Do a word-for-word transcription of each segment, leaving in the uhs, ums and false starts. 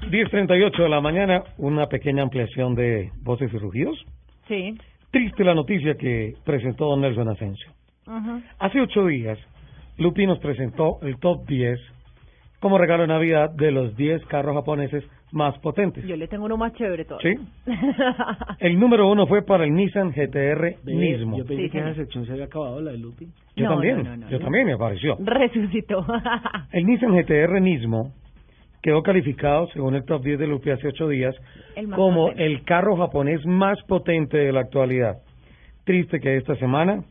diez treinta y ocho de la mañana, una pequeña ampliación de voces y rugidos. Sí. Triste la noticia que presentó don Nelson Asensio. Uh-huh. Hace ocho días, Lupi nos presentó el top diez como regalo de Navidad de los diez carros japoneses más potentes. Yo le tengo uno más chévere todavía. ¿Sí? El número uno fue para el Nissan G T R Ve, Nismo. Yo pensé Sí, que sí. esa sección se había acabado, la de Lupi. Yo No, también, no, no, no, yo no. también me apareció. Resucitó. El Nissan G T R Nismo quedó calificado, según el top diez de Lupi hace ocho días, El más como potente. el carro japonés más potente de la actualidad. Triste que esta semana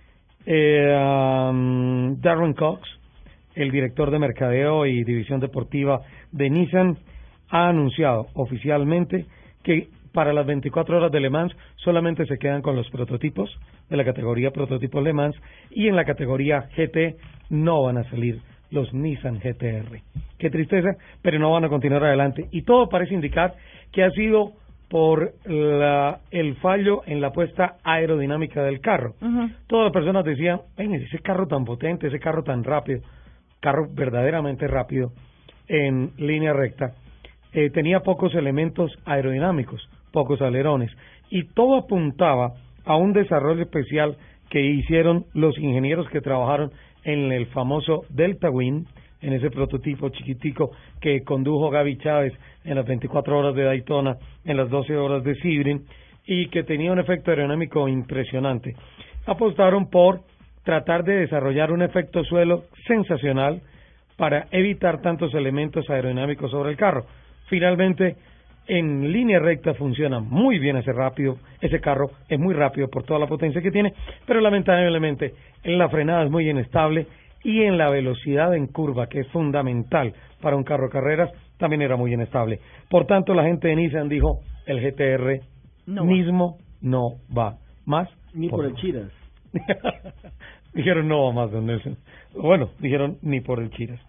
eh, um, Darren Cox, el director de mercadeo y división deportiva de Nissan, ha anunciado oficialmente que para las veinticuatro horas de Le Mans solamente se quedan con los prototipos de la categoría prototipos Le Mans, y en la categoría G T no van a salir los Nissan G T R. Qué tristeza, pero no van a continuar adelante. Y todo parece indicar que ha sido por la, el fallo en la puesta aerodinámica del carro. Uh-huh. Todas las personas decían, ven, ese carro tan potente, ese carro tan rápido, carro verdaderamente rápido en línea recta, eh, tenía pocos elementos aerodinámicos, pocos alerones, y todo apuntaba a un desarrollo especial que hicieron los ingenieros que trabajaron en el famoso Delta Wing, en ese prototipo chiquitico que condujo Gaby Chávez en las veinticuatro horas de Daytona, en las doce horas de Sebring, y que tenía un efecto aerodinámico impresionante. Apostaron por tratar de desarrollar un efecto suelo sensacional para evitar tantos elementos aerodinámicos sobre el carro. Finalmente, en línea recta funciona muy bien ese rápido, ese carro es muy rápido por toda la potencia que tiene, pero lamentablemente en la frenada es muy inestable, y en la velocidad en curva, que es fundamental para un carro de carreras, también era muy inestable. Por tanto, la gente de Nissan dijo, el G T R No mismo no va más. Ni por el Chiras. Dijeron no va más, don Nelson. Bueno, dijeron ni por el Chiras.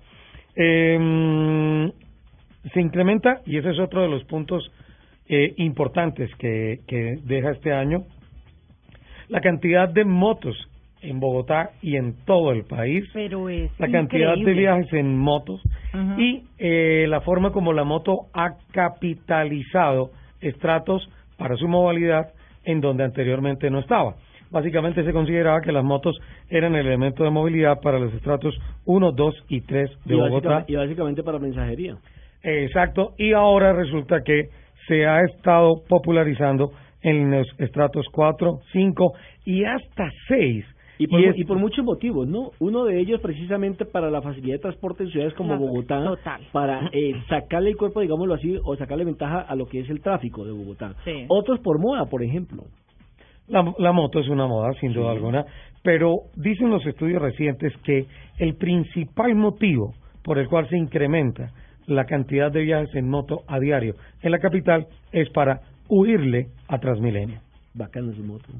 Eh, se incrementa, y ese es otro de los puntos eh, importantes que, que deja este año, la cantidad de motos en Bogotá y en todo el país, Pero es la cantidad increíble. de viajes en motos. Uh-huh. Y eh, la forma como la moto ha capitalizado estratos para su movilidad en donde anteriormente no estaba. Básicamente se consideraba que las motos eran el elemento de movilidad para los estratos uno, dos y tres de y Bogotá. Básicamente, y básicamente para mensajería. Eh, exacto, y ahora resulta que se ha estado popularizando en los estratos cuatro, cinco y hasta seis. Y por, Y es- y por muchos motivos, ¿no? Uno de ellos precisamente para la facilidad de transporte en ciudades como Claro, Bogotá, total. para eh, sacarle el cuerpo, digámoslo así, o sacarle ventaja a lo que es el tráfico de Bogotá. Sí. Otros por moda, por ejemplo. La, la moto es una moda, sin duda alguna, pero dicen los estudios recientes que el principal motivo por el cual se incrementa la cantidad de viajes en moto a diario en la capital es para huirle a Transmilenio. Bacana su moto.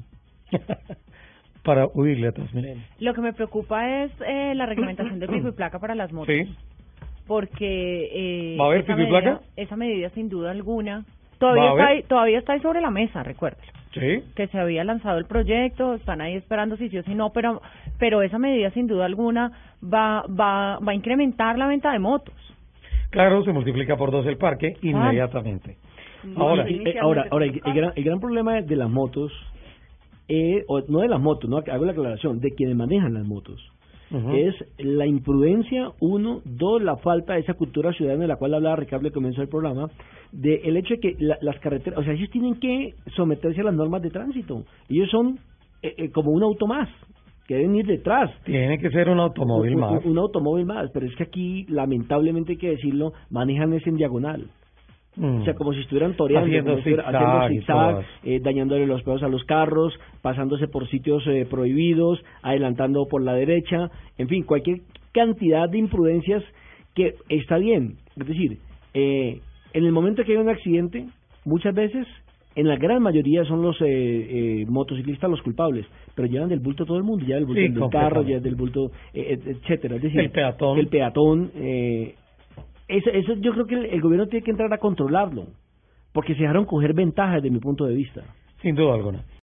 Para huirle a Transmilenio. Lo que me preocupa es eh, la reglamentación de pico y placa para las motos. Sí. Porque eh, ¿Va a haber esa pico y medida- placa? Esa medida, sin duda alguna, ¿Va todavía a está, haber? ahí, todavía está ahí sobre la mesa, recuérdelo. Sí. Que se había lanzado el proyecto, están ahí esperando si sí o si no, pero pero esa medida, sin duda alguna, va va va a incrementar la venta de motos. Claro, se multiplica por dos el parque inmediatamente. Ahora, Y, eh, ahora, ahora el, el gran, el gran problema de las motos, eh, o no de las motos, no hago la aclaración, de quienes manejan las motos, ujú. es la imprudencia, uno, dos, la falta de esa cultura ciudadana de la cual hablaba Ricardo al comienzo del programa, de el hecho de que la- las carreteras, o sea, ellos tienen que someterse a las normas de tránsito, ellos son eh, eh, como un auto más, que deben ir detrás. Tiene que ser un automóvil un, más. un, un automóvil más, pero es que aquí, lamentablemente hay que decirlo, manejan es en diagonal. Mm. O sea, como si estuvieran toreando, Haciendo como si estuvieran zigzag haciendo y zigzag, todas. eh, dañándole los pedos a los carros, pasándose por sitios eh, prohibidos, adelantando por la derecha, en fin, cualquier cantidad de imprudencias que está bien. Es decir, eh, en el momento que hay un accidente, muchas veces, en la gran mayoría son los eh, eh, motociclistas los culpables, pero llevan del bulto todo el mundo, llevan del bulto Sí, del carro, completamente. llevan del bulto, eh, et- etcétera. Es decir, El peatón. el peatón, eh, eso, eso yo creo que el, el gobierno tiene que entrar a controlarlo, porque se dejaron coger ventajas desde mi punto de vista. Sin duda alguna.